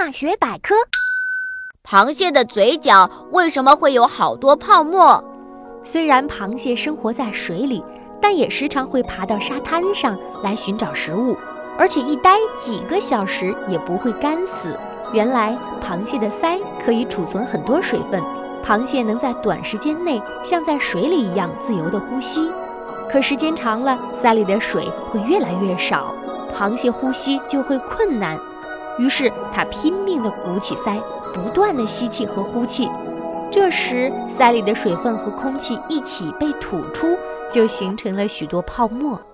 大学百科。 螃蟹的嘴角为什么会有好多泡沫？ 虽然螃蟹生活在水里，但也时常会爬到沙滩上来寻找食物，而且一待几个小时也不会干死。原来螃蟹的鳃可以储存很多水分，螃蟹能在短时间内像在水里一样自由地呼吸。可时间长了，鳃里的水会越来越少，螃蟹呼吸就会困难，于是它拼命地鼓起鳃，不断地吸气和呼气。这时鳃里的水分和空气一起被吐出，就形成了许多泡沫。